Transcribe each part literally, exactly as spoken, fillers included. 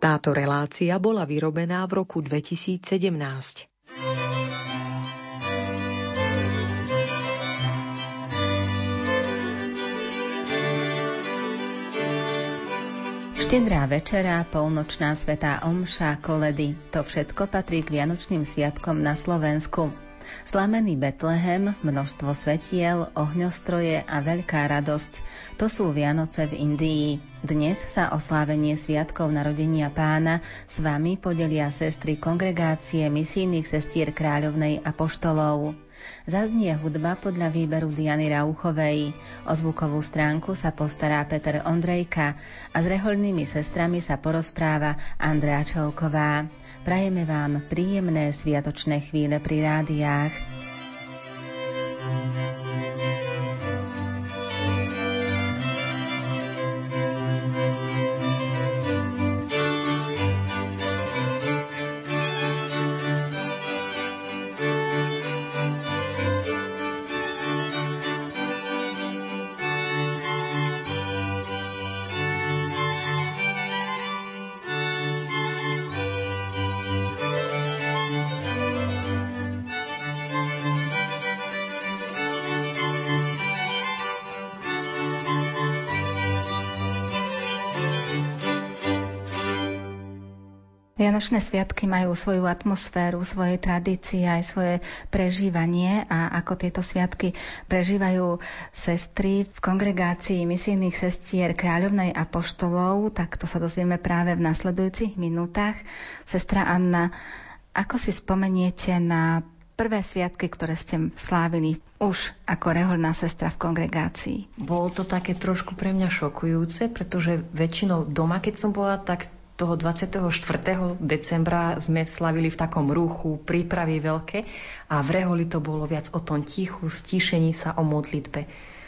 Táto relácia bola vyrobená v roku dvetisícsedemnásť. Štedrá večera, polnočná svätá omša, koledy, to všetko patrí k vianočným sviatkom na Slovensku. Slamený Betlehem, množstvo svetiel, ohňostroje a veľká radosť. To sú Vianoce v Indii. Dnes sa o slávenie sviatkov narodenia Pána s vami podelia sestry kongregácie misijných sestier Kráľovnej apoštolov. Zaznie hudba podľa výberu Diany Rauchovej. O zvukovú stránku sa postará Peter Ondrejka a s rehoľnými sestrami sa porozpráva Andrea Čelková. Prajeme vám príjemné sviatočné chvíle pri rádiách. Vianočné sviatky majú svoju atmosféru, svoje tradície, aj svoje prežívanie a ako tieto sviatky prežívajú sestry v kongregácii misijných sestier Kráľovnej apoštolov, tak to sa dozvieme práve v nasledujúcich minútach. Sestra Anna, ako si spomeniete na prvé sviatky, ktoré ste slávili už ako rehoľná sestra v kongregácii? Bolo to také trošku pre mňa šokujúce, pretože väčšinou doma, keď som bola, tak toho dvadsiateho štvrtého decembra sme slavili v takom ruchu, prípravy veľké a v reholi to bolo viac o tom tichu, stíšení sa, o modlitbe.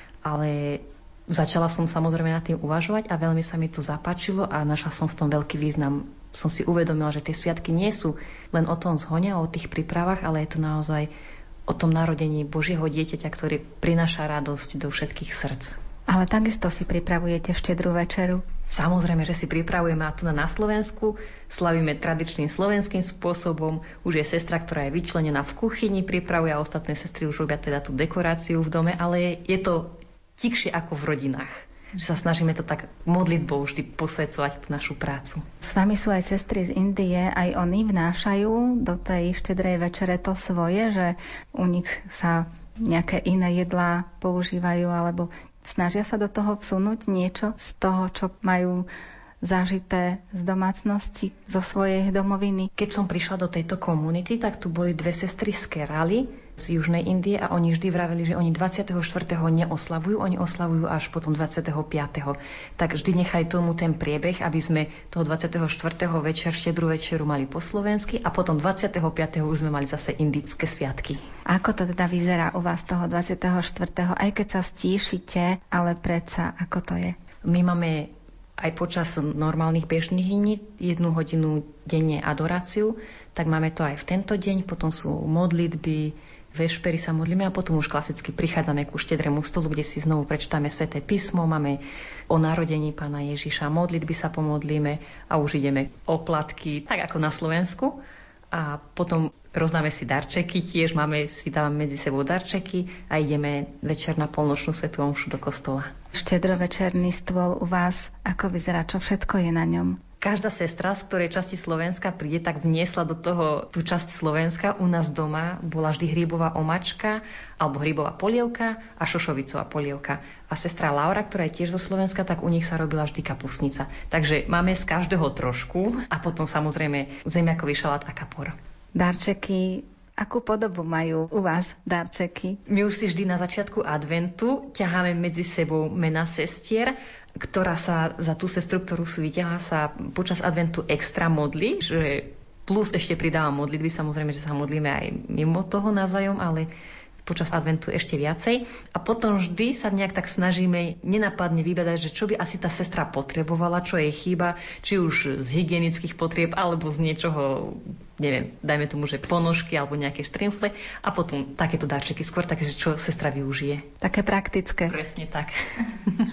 Ale začala som samozrejme nad tým uvažovať a veľmi sa mi to zapáčilo a našla som v tom veľký význam. Som si uvedomila, že tie sviatky nie sú len o tom zhone, o tých prípravách, ale je to naozaj o tom narodení Božieho dieťaťa, ktorý prináša radosť do všetkých srdc. Ale takisto si pripravujete štedrú večeru? Samozrejme, že si pripravujeme a tu na Slovensku. Slavíme tradičným slovenským spôsobom. Už je sestra, ktorá je vyčlenená v kuchyni, pripravuje a ostatné sestry už robia teda tú dekoráciu v dome, ale je to tikšie ako v rodinách. Že sa snažíme to tak modlitbou vždy posväcovať tú našu prácu. S vami sú aj sestry z Indie, aj oni vnášajú do tej štedrej večere to svoje, že u nich sa nejaké iné jedlá používajú, alebo snažia sa do toho vsunúť niečo z toho, čo majú zažité z domácnosti, zo svojej domoviny. Keď som prišla do tejto komunity, tak tu boli dve sestry z Kerali, z Južnej Indie a oni vždy vraveli, že oni dvadsiateho štvrtého neoslavujú, oni oslavujú až potom dvadsiateho piateho Tak vždy nechali tomu ten priebeh, aby sme toho dvadsiateho štvrtého večer, štedrú večeru mali po slovensky a potom dvadsiateho piateho už sme mali zase indické sviatky. Ako to teda vyzerá u vás toho dvadsiateho štvrtého Aj keď sa stíšite, ale predsa, ako to je? My máme aj počas normálnych bežných dní jednu hodinu denne adoráciu, tak máme to aj v tento deň, potom sú modlitby, vešpery sa modlíme a potom už klasicky prichádzame ku štedrému stolu, kde si znovu prečítame Sväté písmo, máme o narodení Pána Ježiša, modlitby sa pomodlíme a už ideme oplatky, tak ako na Slovensku. A potom rozdáme si darčeky, tiež máme, si dávame medzi sebou darčeky a ideme večer na polnočnú svätú omšu do kostola. Štedrovečerný stôl u vás, ako vyzerá, čo všetko je na ňom? Každá sestra, z ktorej časti Slovenska príde, tak vniesla do toho tú časť Slovenska. U nás doma bola vždy hrybová omačka alebo hrybová polievka a šošovicová polievka. A sestra Laura, ktorá je tiež zo Slovenska, tak u nich sa robila vždy kapustnica. Takže máme z každého trošku a potom samozrejme zemiakový šalát a kapor. Darčeky, akú podobu majú u vás darčeky? My už si vždy na začiatku adventu ťaháme medzi sebou mená sestier, ktorá sa za tú sestru, ktorú si vyťahla, sa počas adventu extra modlí, že plus ešte pridávam modlitby, samozrejme, že sa modlíme aj mimo toho navzájom, ale počas adventu ešte viacej. A potom vždy sa nejak tak snažíme nenapadne vybadať, že čo by asi tá sestra potrebovala, čo jej chýba, či už z hygienických potrieb, alebo z niečoho, neviem, dajme tomu, že ponožky alebo nejaké štrimfle a potom takéto darčeky skôr, takže čo sestra využije. Také praktické. Presne tak.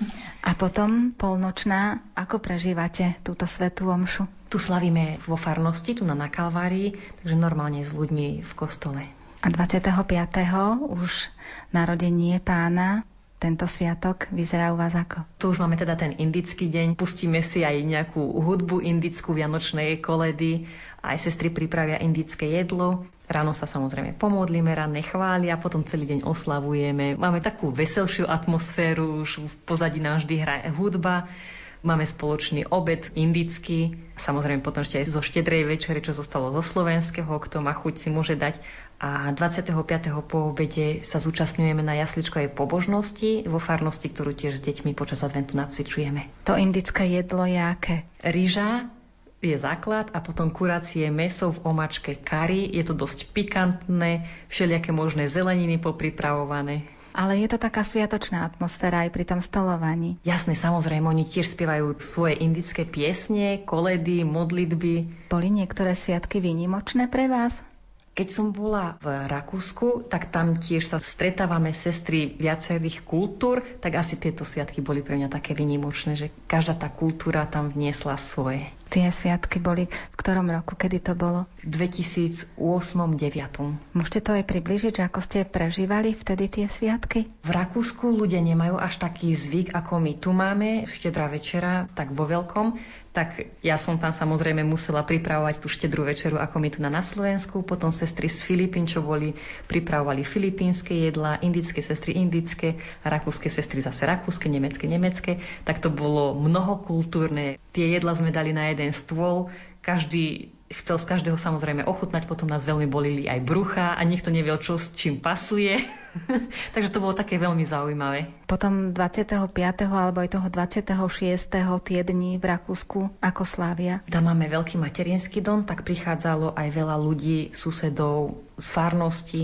A potom polnočná, ako prežívate túto svätú omšu? Tu slavíme vo farnosti, tu na, na Kalvárii, takže normálne s ľuďmi v kostole. A dvadsiateho piateho už narodenie Pána. Tento sviatok vyzerá u vás ako? Tu už máme teda ten indický deň. Pustíme si aj nejakú hudbu indickú, vianočnej koledy. Aj sestry pripravia indické jedlo. Ráno sa samozrejme pomodlíme, ranné chvály a potom celý deň oslavujeme. Máme takú veselšiu atmosféru, už v pozadí nám vždy hraje hudba. Máme spoločný obed indický. Samozrejme potom ešte aj zo štedrej večere, čo zostalo zo slovenského. Kto má chuť, si môže dať. A dvadsiateho piateho po obede sa zúčastňujeme na jasličkovej pobožnosti vo farnosti, ktorú tiež s deťmi počas adventu nacvičujeme. To indické jedlo je aké? Rýža je základ a potom kuracie mäso v omačke kari. Je to dosť pikantné, všelijaké možné zeleniny popripravované. Ale je to taká sviatočná atmosféra aj pri tom stolovaní. Jasné, samozrejme, oni tiež spievajú svoje indické piesne, koledy, modlitby. Boli niektoré sviatky výnimočné pre vás? Keď som bola v Rakúsku, tak tam tiež sa stretávame sestry viacerých kultúr, tak asi tieto sviatky boli pre mňa také výnimočné, že každá tá kultúra tam vniesla svoje. Tie sviatky boli v ktorom roku? Kedy to bolo? V dvetisícosem deväť. Môžete to aj približiť, že ako ste prežívali vtedy tie sviatky? V Rakúsku ľudia nemajú až taký zvyk, ako my tu máme. Štedrá večera, tak vo veľkom. Tak ja som tam samozrejme musela pripravovať tú štedrú večeru, ako my tu na, na Slovensku. Potom sestry z Filipín, čo boli, pripravovali filipínske jedlá, indické sestry indické, rakúske sestry zase rakúske, nemecké nemecké. Tak to bolo mnohokultúrne. Tie jedlá sme dali na jeden stôl. Každý chcel z každého samozrejme ochutnať, potom nás veľmi bolili aj brucha a nikto nevedel, čo s čím pasuje. Takže to bolo také veľmi zaujímavé. Potom dvadsiateho piateho alebo aj toho dvadsiateho šiesteho tie dni v Rakúsku ako slávia? Tam máme veľký materinský dom, tak prichádzalo aj veľa ľudí, susedov z farnosti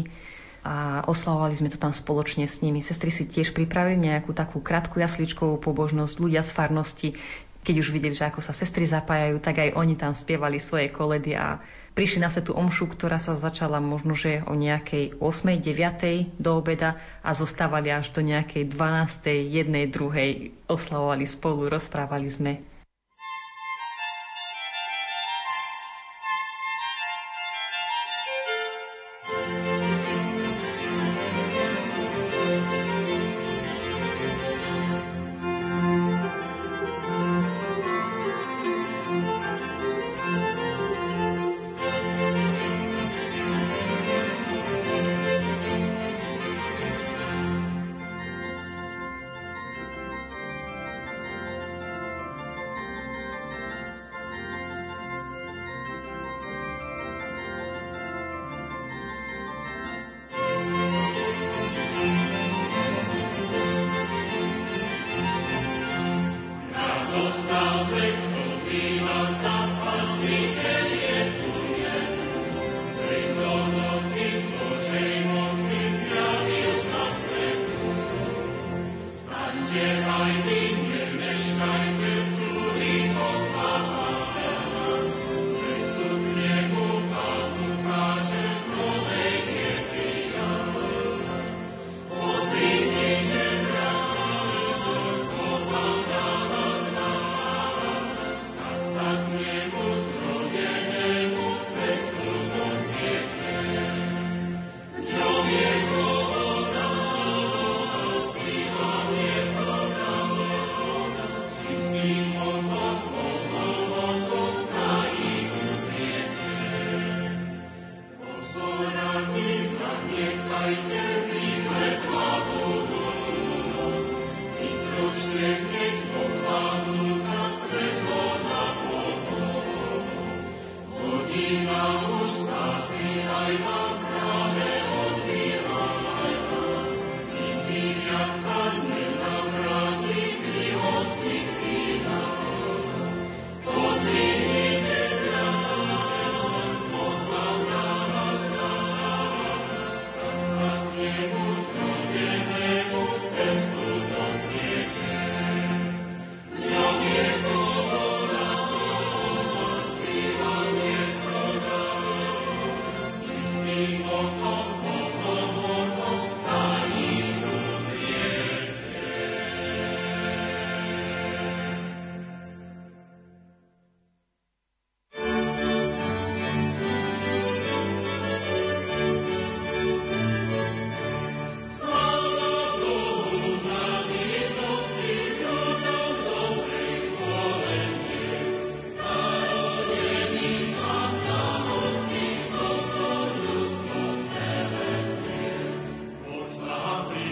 a oslavovali sme to tam spoločne s nimi. Sestry si tiež pripravili nejakú takú krátku jasličkovú pobožnosť, ľudia z farnosti. Keď už videli, že ako sa sestry zapájajú, tak aj oni tam spievali svoje koledy a prišli na svätú omšu, ktorá sa začala možno, že o nejakej ôsmej deviatej do obeda a zostávali až do nejakej dvanástej jednej druhej Oslavovali spolu, rozprávali sme. Mus rodil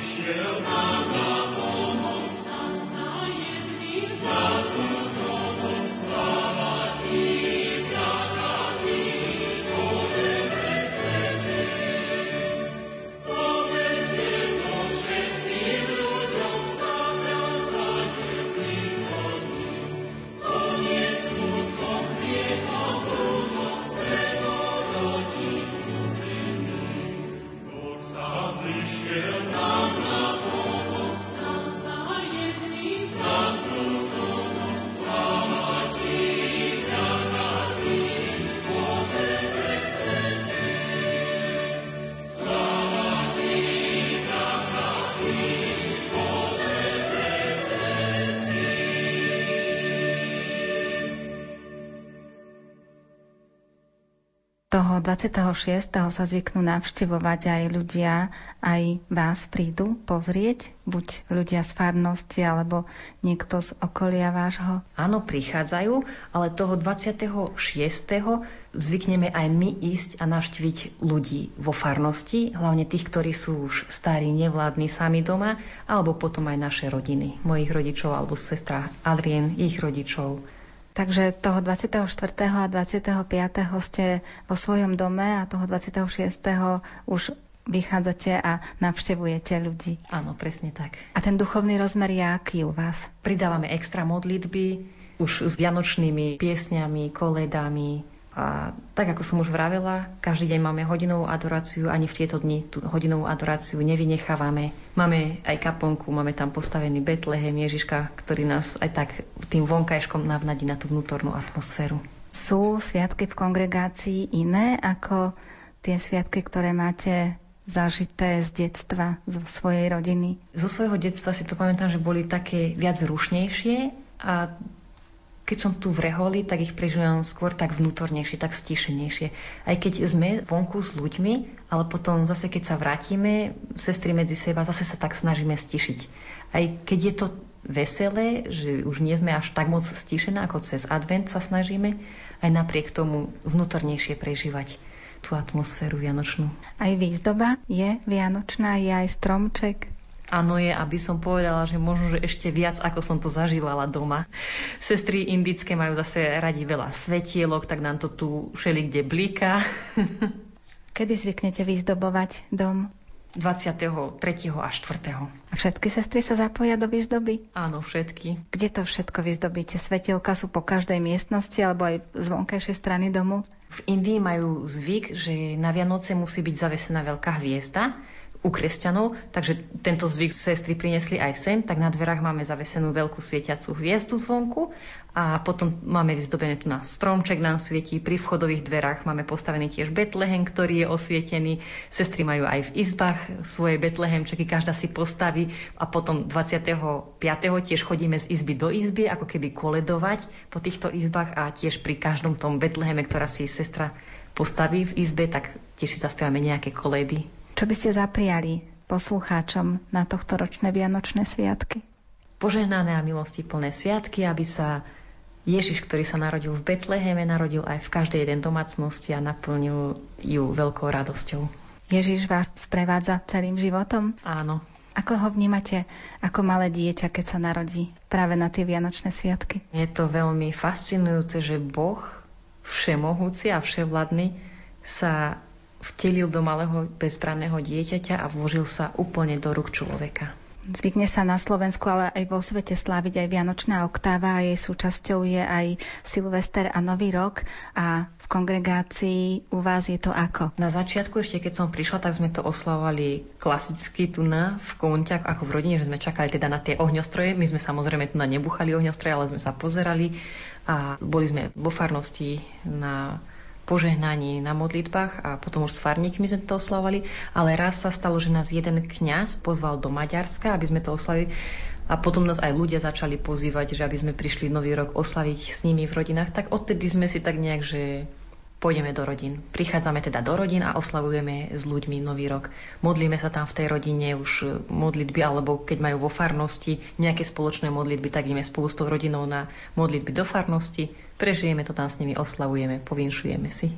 Toho dvadsiateho šiesteho sa zvyknú navštevovať aj ľudia, aj vás prídu pozrieť, buď ľudia z farnosti, alebo niekto z okolia vášho? Áno, prichádzajú, ale toho dvadsiateho šiesteho zvykneme aj my ísť a navštíviť ľudí vo farnosti, hlavne tých, ktorí sú už starí, nevládni, sami doma, alebo potom aj naše rodiny, mojich rodičov alebo sestra Adrien, ich rodičov. Takže toho dvadsiateho štvrtého a dvadsiateho piateho ste vo svojom dome a toho dvadsiateho šiesteho už vychádzate a navštevujete ľudí. Áno, presne tak. A ten duchovný rozmer je aký u vás? Pridávame extra modlitby, už s vianočnými piesňami, koledami. A tak, ako som už vravela, každý deň máme hodinovú adoráciu, ani v tieto dni tú hodinovú adoráciu nevynechávame. Máme aj kaplnku, máme tam postavený Betlehem Ježiška, ktorý nás aj tak tým vonkajškom navnadí na tú vnútornú atmosféru. Sú sviatky v kongregácii iné ako tie sviatky, ktoré máte zažité z detstva, zo svojej rodiny? Zo svojho detstva si to pamätám, že boli také viac rušnejšie a keď som tu v reholi, tak ich prežívam skôr tak vnútornejšie, tak stíšenejšie. Aj keď sme vonku s ľuďmi, ale potom zase keď sa vrátime, sestry medzi seba, zase sa tak snažíme stišiť. Aj keď je to veselé, že už nie sme až tak moc stíšené, ako cez advent sa snažíme, aj napriek tomu vnútornejšie prežívať tú atmosféru vianočnú. Aj výzdoba je vianočná, je aj stromček? Áno je, aby som povedala, že možno, že ešte viac, ako som to zažívala doma. Sestry indické majú zase radi veľa svetielok, tak nám to tu všelikde blíka. Kedy zvyknete vyzdobovať dom? dvadsiateho tretieho a štvrtého A všetky sestry sa zapoja do výzdoby? Áno, všetky. Kde to všetko vyzdobíte? Svetielka sú po každej miestnosti alebo aj z vonkajšej strany domu? V Indii majú zvyk, že na Vianoce musí byť zavesená veľká hviezda u kresťanov, takže tento zvyk sestry priniesli aj sem, tak na dverách máme zavesenú veľkú svietiacu hviezdu zvonku a potom máme vyzdobené tu na stromček, nám svietí, pri vchodových dverách máme postavený tiež Betlehem, ktorý je osvietený. Sestry majú aj v izbách svoje Betlehemčeky, každá si postaví a potom dvadsiateho piateho tiež chodíme z izby do izby, ako keby koledovať po týchto izbách a tiež pri každom tom Betleheme, ktorá si sestra postaví v izbe, tak tiež si zaspievame nejaké koledy. Čo by ste zapriali poslucháčom na tohto ročné vianočné sviatky? Požehnané a milosti plné sviatky, aby sa Ježiš, ktorý sa narodil v Betleheme, narodil aj v každej jeden domácnosti a naplnil ju veľkou radosťou. Ježiš vás sprevádza celým životom? Áno. Ako ho vnímate ako malé dieťa, keď sa narodí práve na tie vianočné sviatky? Je to veľmi fascinujúce, že Boh, všemohúci a vševladný, sa vtelil do malého bezbranného dieťaťa a vložil sa úplne do rúk človeka. Zvykne sa na Slovensku, ale aj vo svete sláviť aj Vianočná oktáva a jej súčasťou je aj Silvester a Nový rok. A v kongregácii u vás je to ako? Na začiatku, ešte keď som prišla, tak sme to oslavovali klasicky tu na v Kounťach, ako v rodine, že sme čakali teda na tie ohňostroje. My sme samozrejme tu na nebuchali ohňostroje, ale sme sa pozerali a boli sme vo farnosti na požehnaní na modlitbách a potom už s farníkmi sme to oslavovali, ale raz sa stalo, že nás jeden kňaz pozval do Maďarska, aby sme to oslavili a potom nás aj ľudia začali pozývať, že aby sme prišli Nový rok oslaviť s nimi v rodinách, tak odtedy sme si tak nejak, že pôjdeme do rodín. Prichádzame teda do rodín a oslavujeme s ľuďmi Nový rok. Modlíme sa tam v tej rodine už modlitby, alebo keď majú vo farnosti nejaké spoločné modlitby, tak ideme spolu s tou rodinou na modlitby do farnosti. Prežijeme to tam s nimi, oslavujeme, povinšujeme si.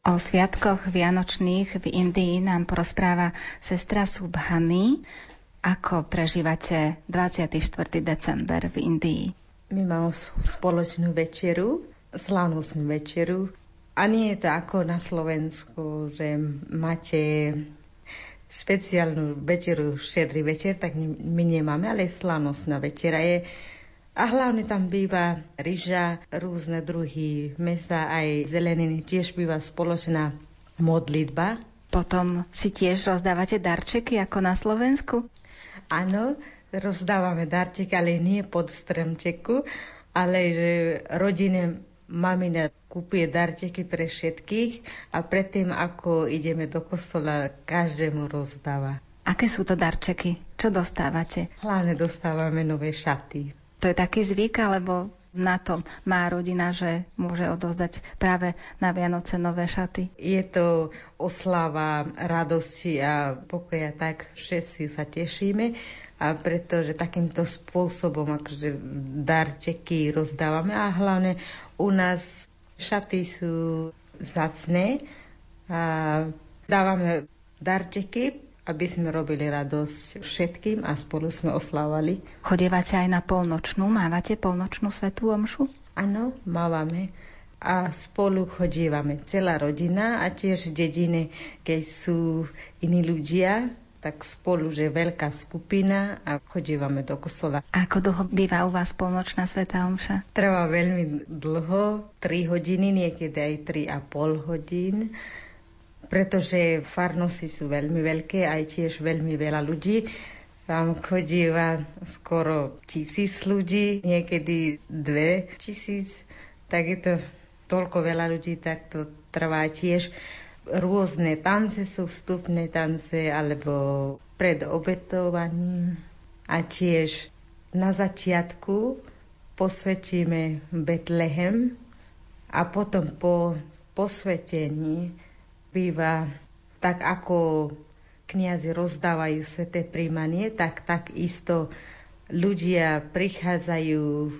O sviatkoch vianočných v Indii nám porozpráva sestra Subhani. Ako prežívate dvadsiateho štvrtého december v Indii? My máme spoločnú večeru, slávnostnú večeru. A nie je to ako na Slovensku, že máte špeciálnu večeru, štedrý večer, tak my nemáme, ale slávnostná večera je. A hlavne tam býva ryža, rôzne druhy mesa, aj zeleniny, tiež býva spoločná modlitba. Potom si tiež rozdávate darčeky ako na Slovensku? Áno, rozdávame darčeky, ale nie pod stromčeku, ale že rodine mamina kúpuje darčeky pre všetkých a predtým, ako ideme do kostola, každému rozdáva. Aké sú to darčeky? Čo dostávate? Hlavne dostávame nové šaty. To je taký zvyk, alebo na to má rodina, že môže odovzdať práve na Vianoce nové šaty? Je to oslava radosti a pokoja, tak všetci sa tešíme. A pretože takýmto spôsobom akože darčeky rozdávame a hlavne u nás šaty sú vzácne a dávame darčeky, aby sme robili radosť všetkým a spolu sme oslávali. Chodievate aj na polnočnú? Mávate polnočnú svätú omšu? Áno, mávame. A spolu chodívame celá rodina a tiež dediny, keď sú iní ľudia, tak spolu, že veľká skupina a chodívame do kostola. A ako dlho býva u vás polnočná svätá omša? Trvá veľmi dlho, tri hodiny, niekedy aj tri a pol hodín. Pretože farnosti sú veľmi veľké, aj tiež veľmi veľa ľudí. Tam chodíva skoro tisíc ľudí, niekedy dve tisíc. Tak je to toľko veľa ľudí, tak to trvá tiež. Rôzne tance sú vstupné tance, alebo pred obetovaním. A tiež na začiatku posvetíme Betlehem a potom po posvetení býva tak, ako kňazi rozdávajú sväté príjmanie, tak takisto ľudia prichádzajú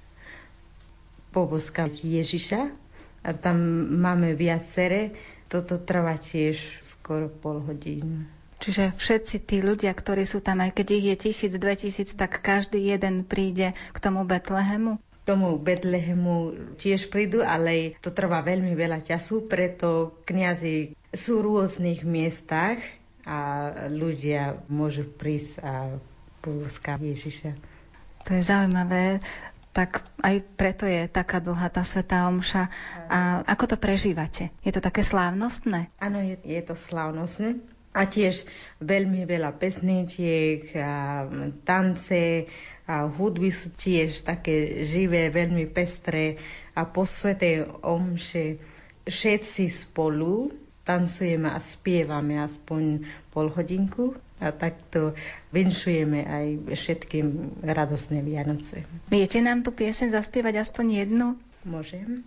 poboskať Ježiša. A tam máme viacere. Toto trvá tiež skoro pol hodinu. Čiže všetci tí ľudia, ktorí sú tam, aj keď ich je tisíc, dve tisíc, tak každý jeden príde k tomu Betlehemu? Tomu Betlehemu tiež prídu, ale to trvá veľmi veľa času, preto kňazi sú v rôznych miestach a ľudia môžu prísť a poboskať Ježiša. To je zaujímavé, tak aj preto je taká dlhá tá svätá omša. A ako to prežívate? Je to také slávnostné? Áno, je, je to slávnostné. A tiež veľmi veľa pesničiek, a tance, a hudby sú tiež také živé, veľmi pestré. A po svätej omše všetci spolu tancujeme a spievame aspoň pol hodinku. A takto vinšujeme aj všetkým radosné Vianoce. Viete nám tú pieseň zaspievať aspoň jednu? Môžem.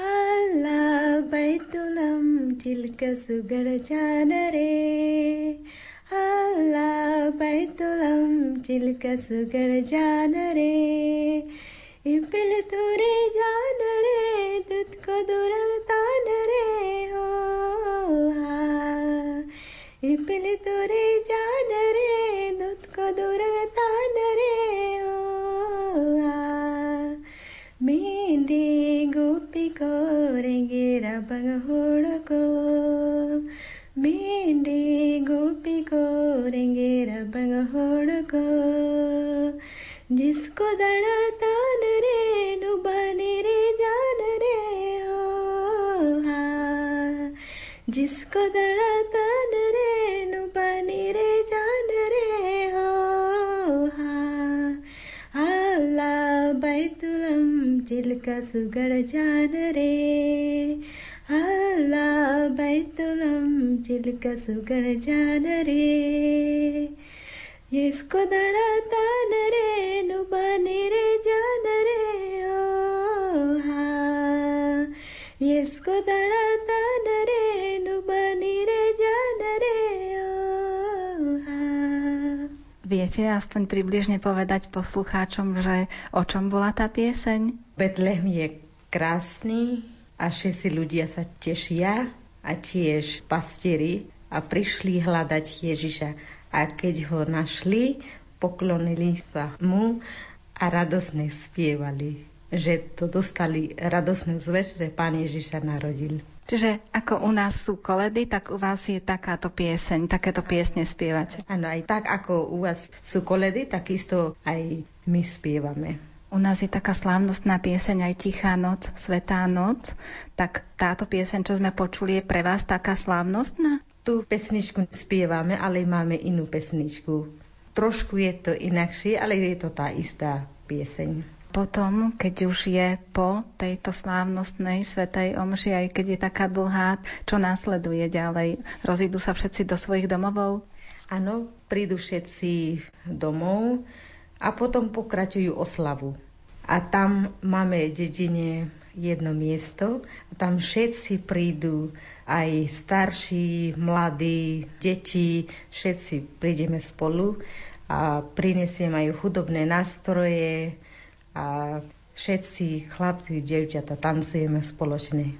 Allah baitulam chilka sugar janare Allah baitulam chilka sugar janare ipil ture janare dut ko duratan re ho ha ipil ture janare dut ko duratan re ho ha मेंढे गोपी को रेंगेरा बंगहोड़ को मेंढे गोपी को रेंगेरा बंगहोड़ को जिसको दड़ा तान रे नुबाने रे जान रे हो हा जिसको दड़ा तान रे नुबाने रे जान रे हो हा अल्लाह बैतुलम चिलका सुगड़ जान रे अल्लाह बैतुलम चिलका सुगड़ जान रे इसको दड़ा तान रे नुबाने रे जान रे ओ हा इसको दड़ा तान रे नुबाने रे जान रे ओ हा. Viete aspoň približne povedať poslucháčom, že o čom bola tá pieseň? Betlehem je krásny a všetci ľudia sa tešia a tiež pastieri a prišli hľadať Ježiša. A keď ho našli, poklonili sa mu a radosne spievali, že to dostali radosnú zvesť, že Pán Ježiš sa narodil. Čiže ako u nás sú koledy, tak u vás je takáto pieseň, takéto piesne spievate. Áno, aj tak ako u vás sú koledy, takisto aj my spievame. U nás je taká slávnostná pieseň aj Tichá noc, Svätá noc. Tak táto pieseň, čo sme počuli, je pre vás taká slávnostná? Tú pesničku spievame, ale máme inú pesničku. Trošku je to inakšie, ale je to tá istá pieseň. Potom, keď už je po tejto slávnostnej svätej omši, aj keď je taká dlhá, čo následuje ďalej? Rozídu sa všetci do svojich domovov? Áno, prídu všetci domov a potom pokračujú oslavu. A tam máme v dedine jedno miesto. Tam všetci prídu, aj starší, mladí, deti, všetci prídeme spolu a prinesieme aj hudobné nástroje a všetci chlapci, dievčatá tancujeme spoločne.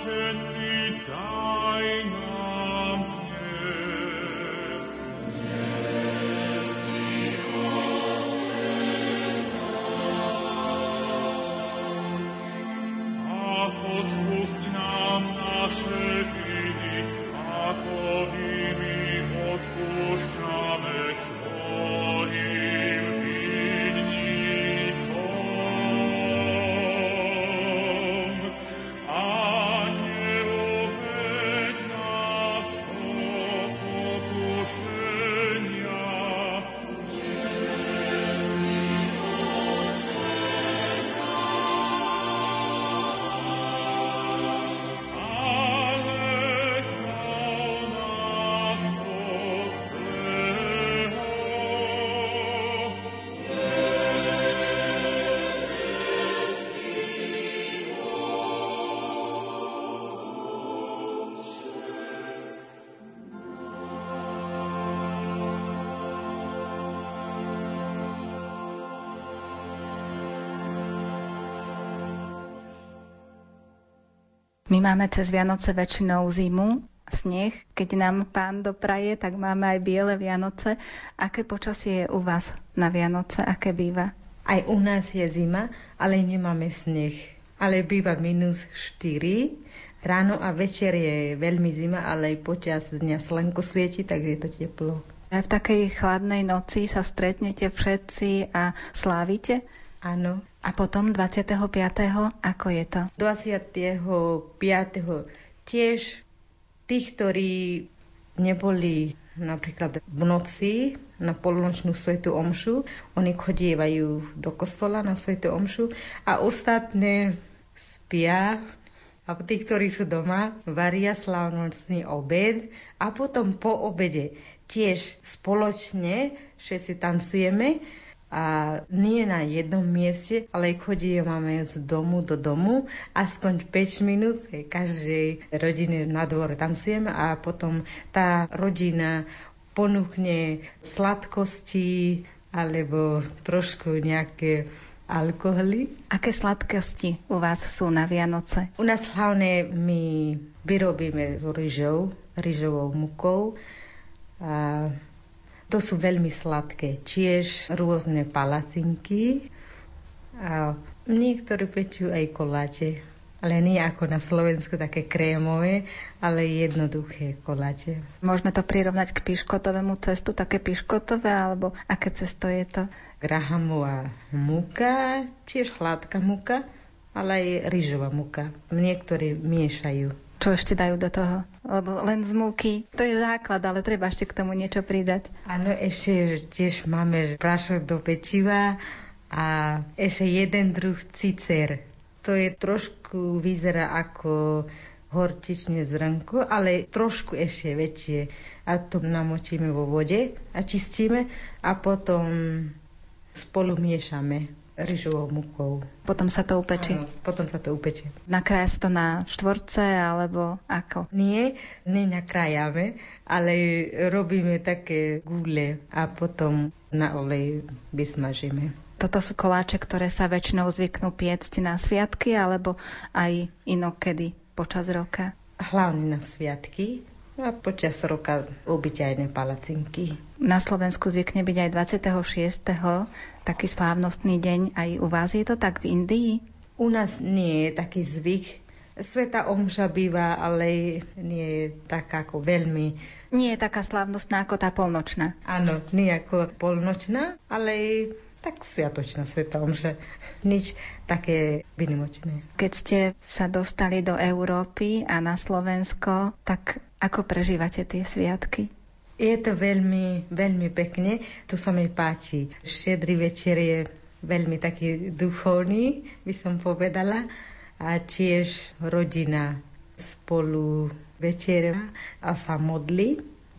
My máme cez Vianoce väčšinou zimu, sneh. Keď nám Pán dopraje, tak máme aj biele Vianoce. Aké počasie je u vás na Vianoce? Aké býva? Aj u nás je zima, ale nemáme sneh. Ale býva minus štyri. Ráno a večer je veľmi zima, ale aj počas dňa slnko svieti, takže je to teplo. A v takej chladnej noci sa stretnete všetci a slávite? Áno. A potom dvadsiateho piateho ako je to? dvadsiateho piateho tiež tých, ktorí neboli napríklad v noci na polnočnú svätú omšu, oni chodievajú do kostola na svätú omšu a ostatné spia. A tí, ktorí sú doma, varia slávnostný obed a potom po obede tiež spoločne všetci tancujeme a nie na jednom mieste, ale chodíme z domu do domu, aspoň päť minút každej rodine na dvore tancujeme a potom tá rodina ponúkne sladkosti alebo trošku nejaké alkoholy. Aké sladkosti u vás sú na Vianoce? U nás hlavne my vyrobíme s ryžou, ryžovou mukou. A to sú veľmi sladké. Tiež rôzne palacinky. A niektorí pečú aj koláče. Ale nie ako na Slovensku také krémové, ale jednoduché koláče. Môžeme to prirovnať k piškotovému cestu, také piškotové, alebo aké cesto je to? Grahamová múka, tiež hladká múka, ale aj ryžová múka. Niektorí miešajú. Čo ešte dajú do toho? Lebo len z múky, to je základ, ale treba ešte k tomu niečo pridať. Áno, ešte tiež máme prášok do pečiva a ešte jeden druh cicer. To je trošku, vyzerá ako horčičné zrnko, ale trošku ešte väčšie. A to namočíme vo vode a čistíme a potom spolu miešame ryžovou múkou. Potom sa to upečí? Áno, potom sa to upečie. Nakrája sa to na štvorce, alebo ako? Nie, nenakrájame, ale robíme také gule a potom na olej vysmažíme. Toto sú koláče, ktoré sa väčšinou zvyknú piecť na sviatky, alebo aj inokedy počas roka? Hlavne na sviatky a počas roka obyčajné palacinky. Na Slovensku zvykne byť aj dvadsiateho šiesteho taký slávnostný deň. Aj u vás je to tak v Indii? U nás nie je taký zvyk. Svätá omša býva, ale nie je taká ako veľmi... Nie je taká slávnostná ako tá polnočná? Áno, nie ako polnočná, ale tak sviatočná svätá omša. Nič také vynimočné. Keď ste sa dostali do Európy a na Slovensko, tak ako prežívate tie sviatky? Je to veľmi, veľmi pekne. Tu sa mi páči. Štedrý večer je veľmi taký duchovný, by som povedala. A tiež rodina spolu večera a sa modlí.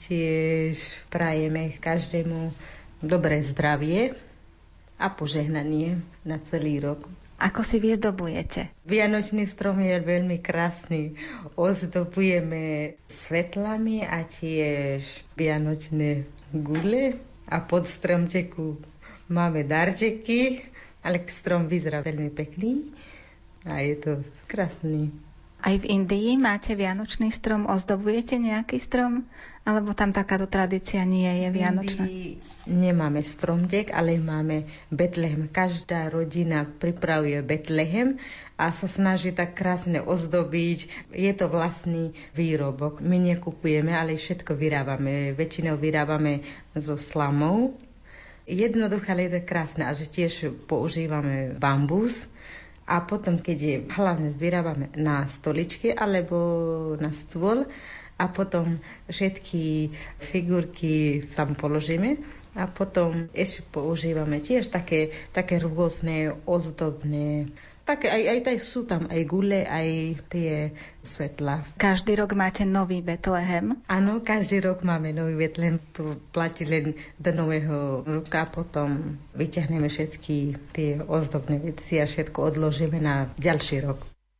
Tiež prajeme každému dobré zdravie a požehnanie na celý rok. Ako si vyzdobujete? Vianočný strom je veľmi krásny. Ozdobujeme svetlami a tiež vianočné gule a pod stromčeku máme darčeky, ale strom vyzerá veľmi pekný a je to krásny. Aj v Indii máte vianočný strom? Ozdobujete nejaký strom? Alebo tam takáto tradícia nie je vianočná? V Indii nemáme stromček, ale máme Betlehem. Každá rodina pripravuje Betlehem a sa snaží tak krásne ozdobiť. Je to vlastný výrobok. My nekupujeme, ale všetko vyrábame. Väčšinou vyrábame zo slamov. Jednoduché, ale je to krásne. A že tiež používame bambus. A potom, keď je, hlavne vyrábame na stoličke alebo na stôl, a potom všetky figurky tam položíme a potom ešte používame tiež také, také rôzne ozdobné. Také, aj, aj, aj sú tam aj gule, aj tie svetla. Každý rok máte nový Betlehem? Áno, každý rok máme nový Betlehem. Tu platí len do nového roka, potom vyťahneme všetky tie ozdobné veci a všetko odložíme na ďalší rok.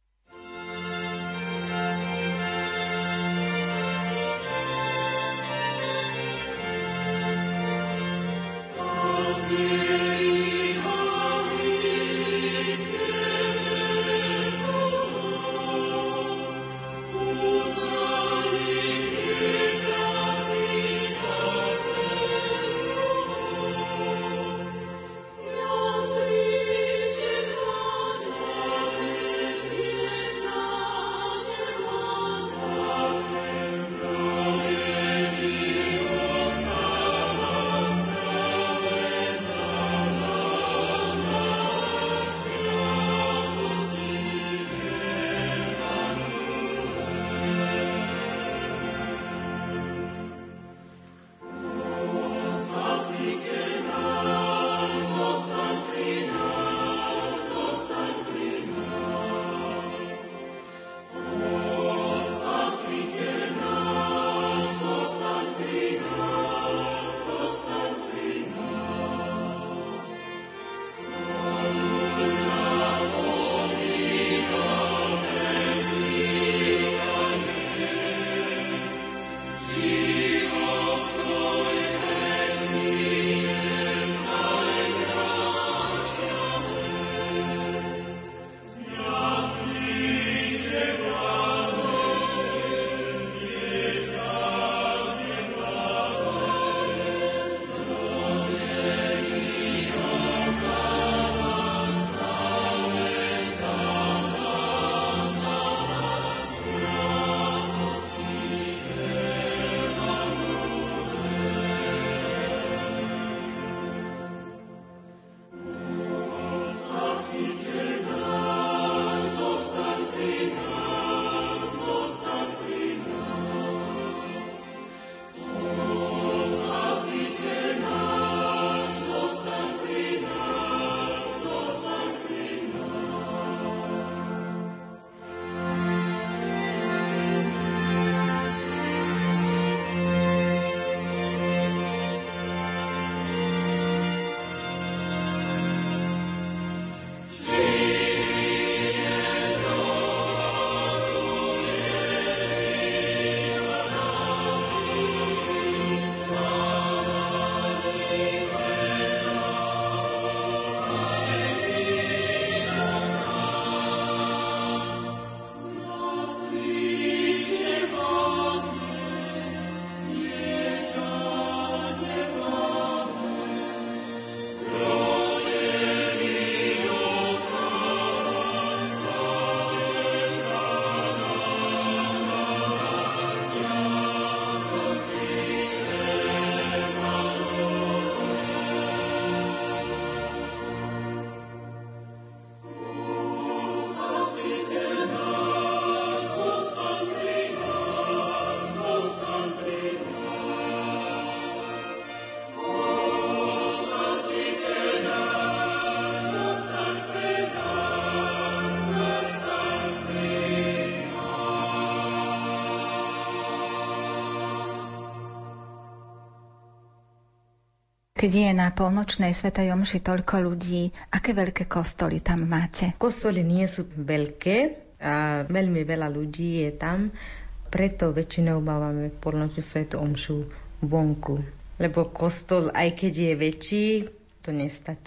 Keď je na polnočnej svätej omši toľko ľudí, aké veľké kostoly tam máte? Kostoly nie sú veľké a veľmi veľa ľudí je tam, preto väčšinou máme polnočnú svätú omšu vonku. Lebo kostol, aj keď je väčší, to nestačí.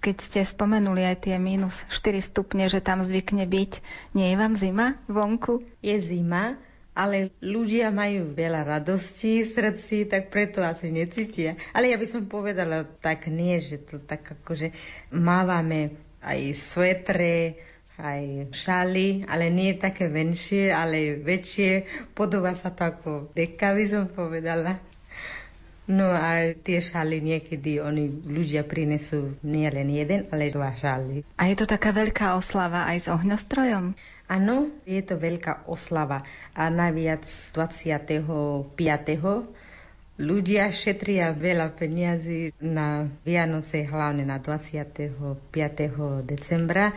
Keď ste spomenuli aj tie mínus štyri stupne, že tam zvykne byť, nie je vám zima vonku? Je zima, ale ľudia majú veľa radostí v srdci, tak preto asi necítia. Ale ja by som povedala tak nie, že to tak akože mávame aj svetre, aj šaly, ale nie také menšie, ale väčšie. Podobá sa to ako deka, by som povedala. No a tie šaly niekedy oni ľudia prinesú nie len jeden, ale dva šaly. A je to taká veľká oslava aj s ohňostrojom? Áno, je to veľká oslava. A naviac dvadsiateho piateho ľudia šetria veľa peniazy na Vianoce, hlavne na dvadsiateho piateho decembra.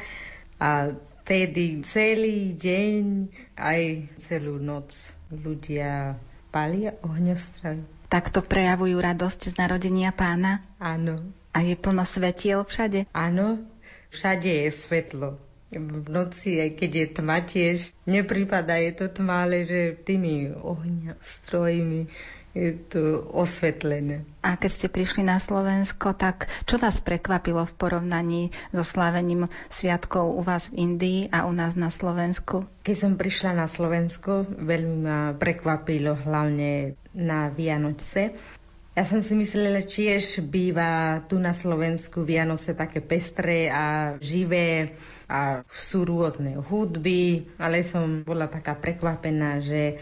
A tedy celý deň, aj celú noc ľudia palia ohňostroj. Takto prejavujú radosť z narodenia Pána? Áno. A je plno svetiel všade? Áno, všade je svetlo. V noci, aj keď je tma, tiež nepripadá je to tma, ale že tými ohňostrojmi je to osvetlené. A keď ste prišli na Slovensko, tak čo vás prekvapilo v porovnaní so slávením sviatkov u vás v Indii a u nás na Slovensku? Keď som prišla na Slovensko, veľmi ma prekvapilo hlavne na Vianoce. Ja som si myslela, tiež býva tu na Slovensku Vianoce také pestré a živé a sú rôzne hudby, ale som bola taká prekvapená, že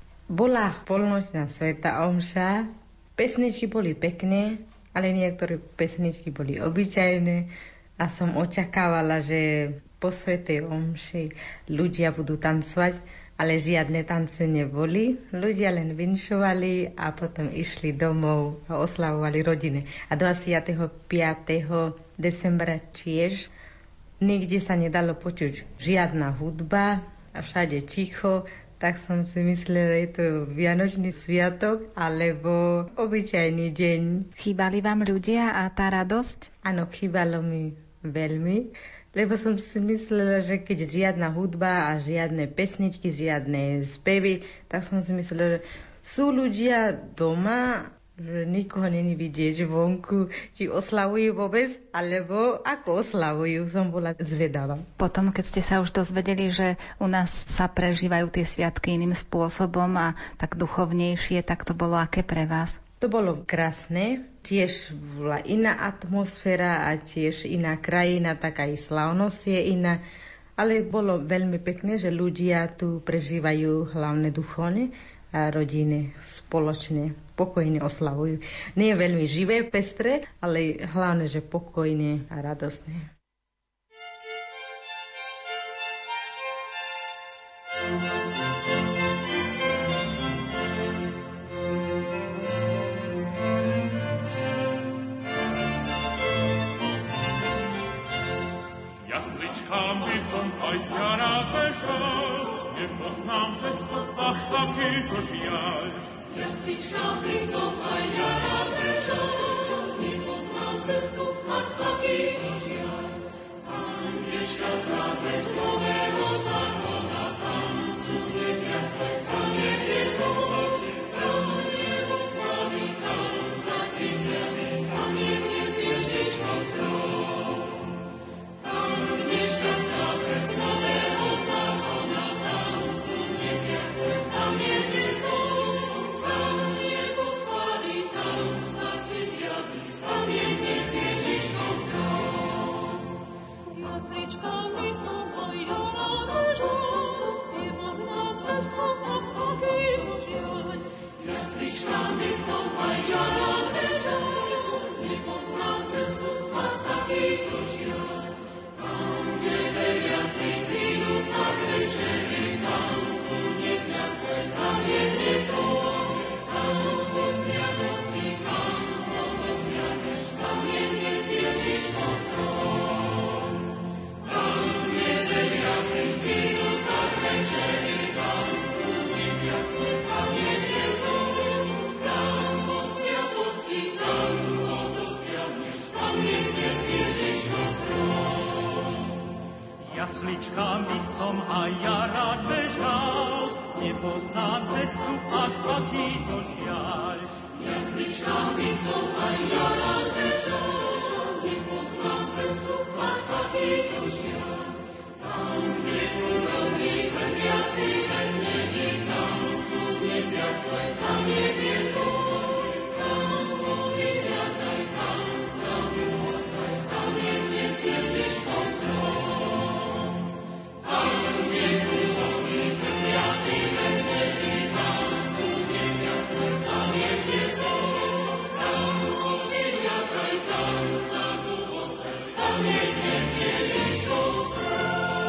bola polnočná sveta omša, pesničky boli pekné, ale niektoré pesničky boli obyčajné a som očakávala, že po svätej omši ľudia budú tancovať, ale žiadne tance neboli. Ľudia len vinšovali a potom išli domov a oslavovali rodiny. A dvadsiateho piateho decembra tiež nikde sa nedalo počuť žiadna hudba a všade ticho. Tak som si myslela, že je to Vianočný sviatok alebo obyčajný deň. Chýbali vám ľudia a tá radosť? Áno, chýbalo mi veľmi, lebo som si myslela, že keď žiadna hudba a žiadne pesničky, žiadne spevy, tak som si myslela, že sú ľudia doma, že nikoho není vidieť vonku, či oslavujú vôbec, alebo ako oslavujú, som bola zvedavá. Potom, keď ste sa už dozvedeli, že u nás sa prežívajú tie sviatky iným spôsobom a tak duchovnejšie, tak to bolo aké pre vás? To bolo krásne, tiež bola iná atmosféra a tiež iná krajina, tak aj slávnosť je iná, ale bolo veľmi pekné, že ľudia tu prežívajú hlavne duchovne a rodiny spoločne, pokojne oslavujú. Nie je veľmi živé, pestré, ale hlavne, že pokojne a radostné. Jasličkám by som aj ja rád bežal, nepoznám cestu, ach, taký to žiaľ. Jasličkám by som aj ja rád bežal, nepoznám cestu, ach, taký to žiaľ. Tam je šťastná zeď nového zákona, tam sú dnes jasné, tam je hviezdovo, tam je Boh slávy, tam sa ti zjaví, tam je dnes Ježiško král. Tam je šťastná zeď nového zákona, tam sú dnes jasné, tam je hviezdovo, tam je Boh slávy, tam sa ti zjaví, tam je dnes Ježiško král. Jasličkám by som aj ja rád bežal, nepoznám cestu, ach, taký to žiaľ. Jasličkám by som aj ja rád bežal, nepoznám cestu, ach, taký to žiaľ. Tam, kde veriaci zídu sa k večeri, tam sú dnes jasné, tam je dnes ohň, tam po sviatosti, tam ho dosiahneš, tam je dnes Ježiško král. Tam, kde veriaci zídu sa k večeri, tam sú dnes jasné, tam je dnes ohň, tam po sviatosti, tam ho dosiahneš, tam je dnes Ježiško král. Jasličkám by som aj ja rád bežal, nepoznám cestu, ach, taký to žiaľ. Jasličkami som aj ja rád bežal, nepoznám cestu, a taký to žiaľ. Tam, kde úrovni krmiaci bez nebi, tam sú dnes jasle, tam je piesok. Tam povyviadaj, tam sa vyhľadaj, tam je dnes Ježiškov trón. Tam, kde úrovni krmiaci bez nebi, tam sú dnes jasle, tam je piesok. Tam povyviadaj, tam sa vyhľadaj, tam je dnes Ježiškov trón.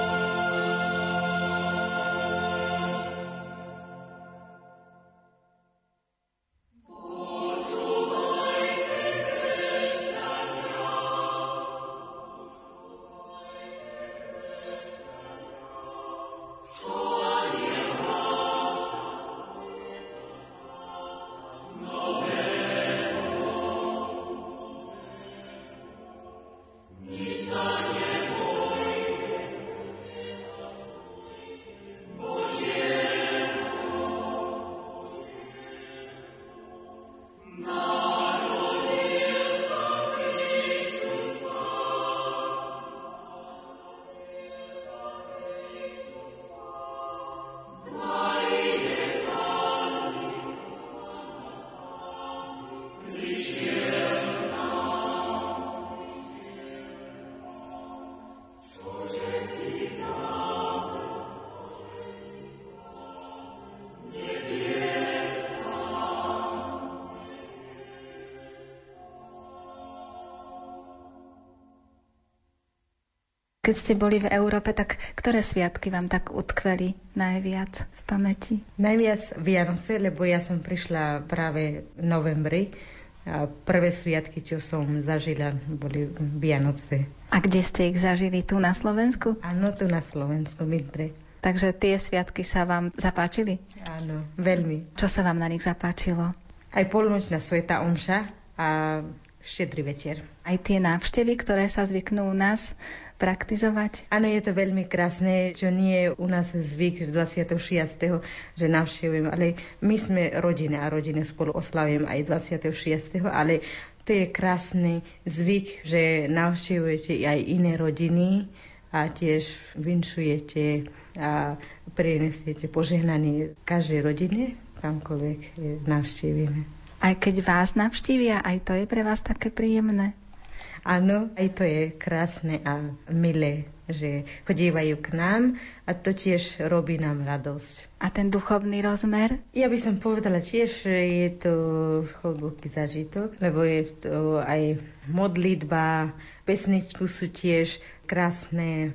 Keď ste boli v Európe, tak ktoré sviatky vám tak utkveli najviac v pamäti? Najviac Vianoce, lebo ja som prišla práve v novembri. A prvé sviatky, čo som zažila, boli Vianoce. A kde ste ich zažili? Tu na Slovensku? Áno, tu na Slovensku, Midre. Takže tie sviatky sa vám zapáčili? Áno, veľmi. Čo sa vám na nich zapáčilo? Aj polnočná svätá omša a štedrý večer. Aj tie návštevy, ktoré sa zvyknú u nás praktizovať? Áno, je to veľmi krásne, čo nie je u nás zvyk dvadsiateho šiesteho že navštevujem, ale my sme rodina a rodine spolu oslavujem aj dvadsiateho šiesteho ale to je krásny zvyk, že navštevujete aj iné rodiny a tiež vinšujete a prinesiete požehnanie každej rodine, kamkoľvek navštívime. Aj keď vás navštívia, aj to je pre vás také príjemné? Áno, aj to je krásne a milé, že chodívajú k nám a to tiež robí nám radosť. A ten duchovný rozmer? Ja by som povedala tiež, že je to hlboký zážitok, lebo je to aj modlitba, pesničky sú tiež krásne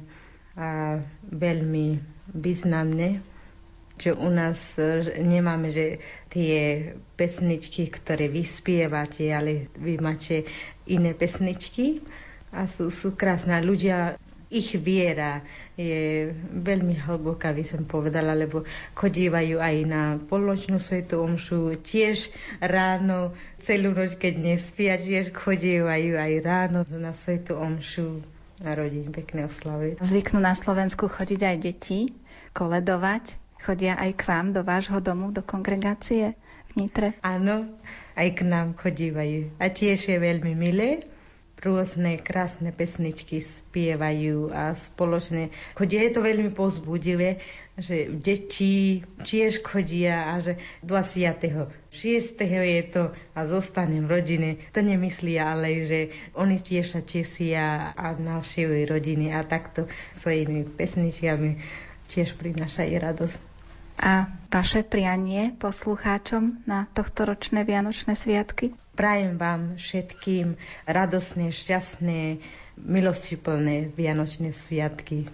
a veľmi významné. Čo u nás nemáme, že tie pesničky, ktoré vy spievate, ale vy máte iné pesničky a sú, sú krásne. Ľudia, ich viera je veľmi hlboká, by som povedala, lebo chodívajú aj na polnočnú svätú omšu, tiež ráno, celú noc, keď nespia, tiež chodívajú aj ráno na svätú omšu a rodiny pekné oslavy. Zvyknú na Slovensku chodiť aj deti, koledovať. Chodia aj k vám do vášho domu, do kongregácie v Nitre? Áno, aj k nám chodívajú. A tiež je veľmi milé. Rôzne krásne pesničky spievajú a spoločne chodia. Je to veľmi povzbudivé, že deti tiež chodia a že dvadsiateho šiesteho je to a zostanem v rodine. To nemyslia, ale že oni tiež sa tesia a navštevujú rodiny a takto svojimi pesničkami tiež prinášajú radosť. A vaše prianie poslucháčom na tohtoročné Vianočné sviatky? Prajem vám všetkým radosné, šťastné, milostiplné Vianočné sviatky.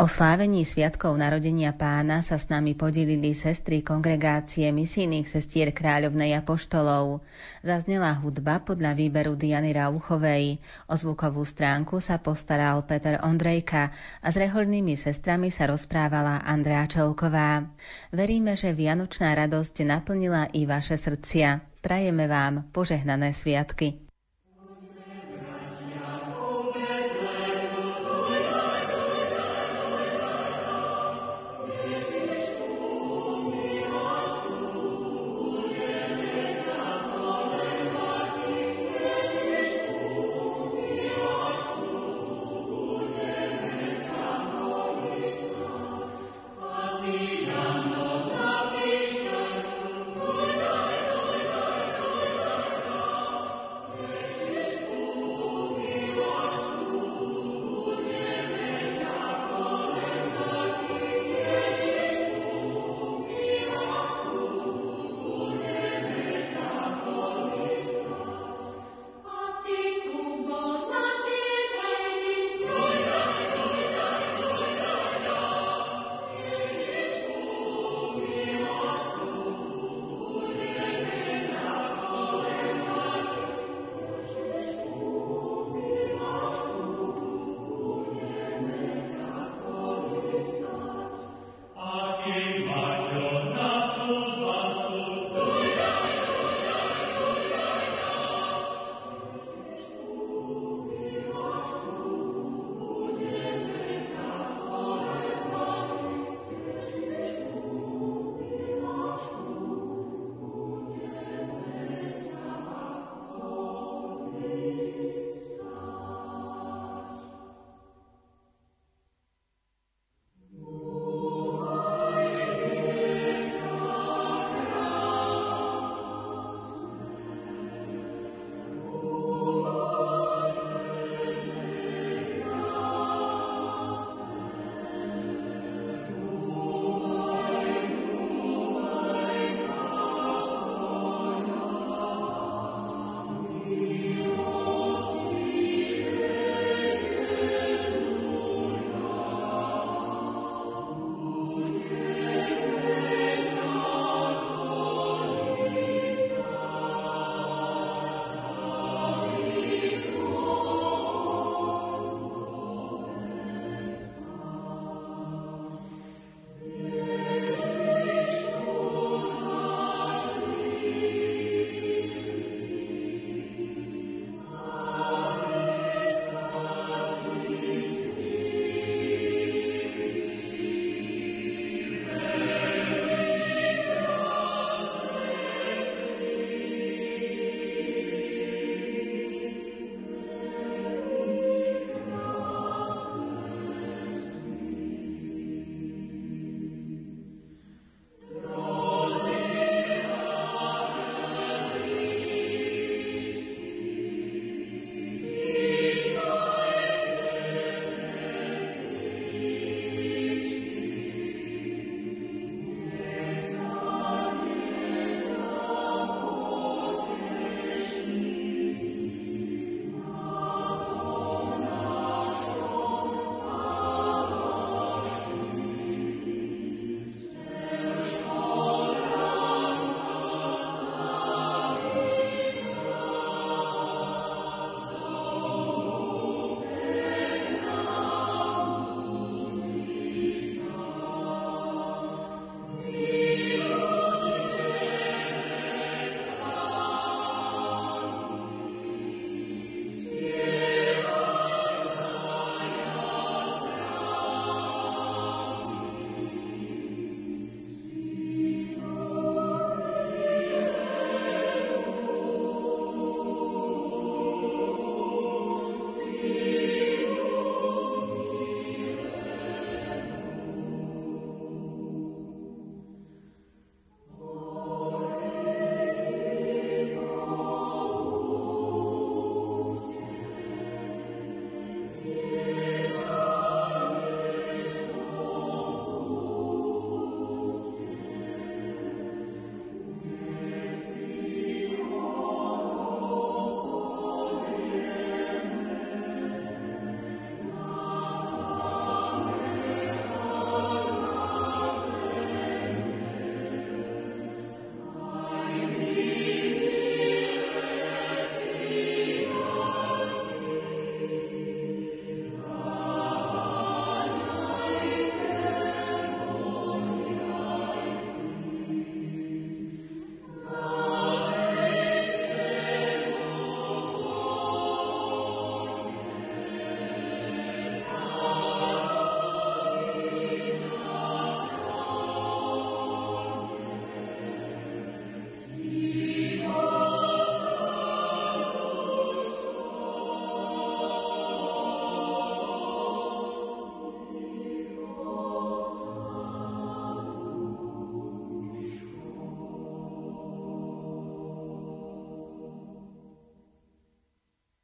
O slávení sviatkov narodenia Pána sa s nami podílili sestry kongregácie misijných sestier Kráľovnej apoštolov. Zaznela hudba podľa výberu Diany Rauchovej. O zvukovú stránku sa postaral Peter Ondrejka a s rehoľnými sestrami sa rozprávala Andrea Čelková. Veríme, že vianočná radosť naplnila i vaše srdcia. Prajeme vám požehnané sviatky.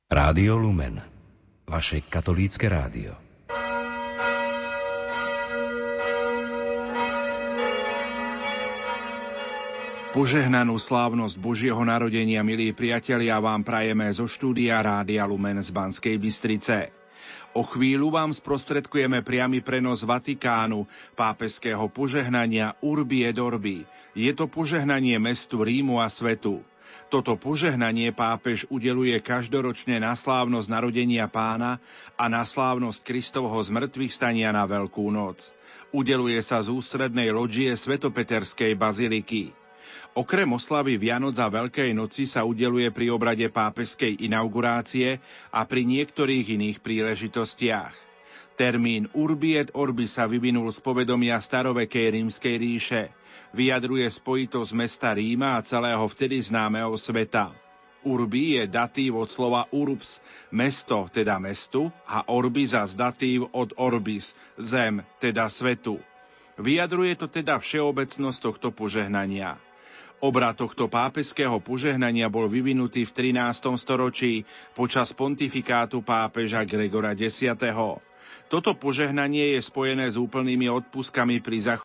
Rádio Lumen, vaše katolícke rádio. Požehnanú slávnosť Božieho narodenia, milí priatelia, vám prajeme zo štúdia Rádia Lumen z Banskej Bystrice. O chvíľu vám sprostredkujeme priamy prenos Vatikánu, pápežského požehnania Urbi et Orbi. Je to požehnanie mestu Rímu a svetu. Toto požehnanie pápež udeluje každoročne na slávnosť narodenia Pána a na slávnosť Kristovho zmrtvých stania na Veľkú noc. Udeluje sa z ústrednej lodžie Svetopeterskej baziliky. Okrem oslavy Vianoc a Veľkej noci sa udeluje pri obrade pápežskej inaugurácie a pri niektorých iných príležitostiach. Termín Urbi et Orbi sa vyvinul z povedomia starovekej Rímskej ríše. Vyjadruje spojitosť mesta Ríma a celého vtedy známeho sveta. Urbi je datív od slova urbs, mesto, teda mestu, a orbi zas datív od orbis, zem, teda svetu. Vyjadruje to teda všeobecnosť tohto požehnania. Obrad tohto pápežského požehnania bol vyvinutý v trinástom storočí počas pontifikátu pápeža Gregora desiateho. Toto požehnanie je spojené s úplnými odpustkami pri zachovaní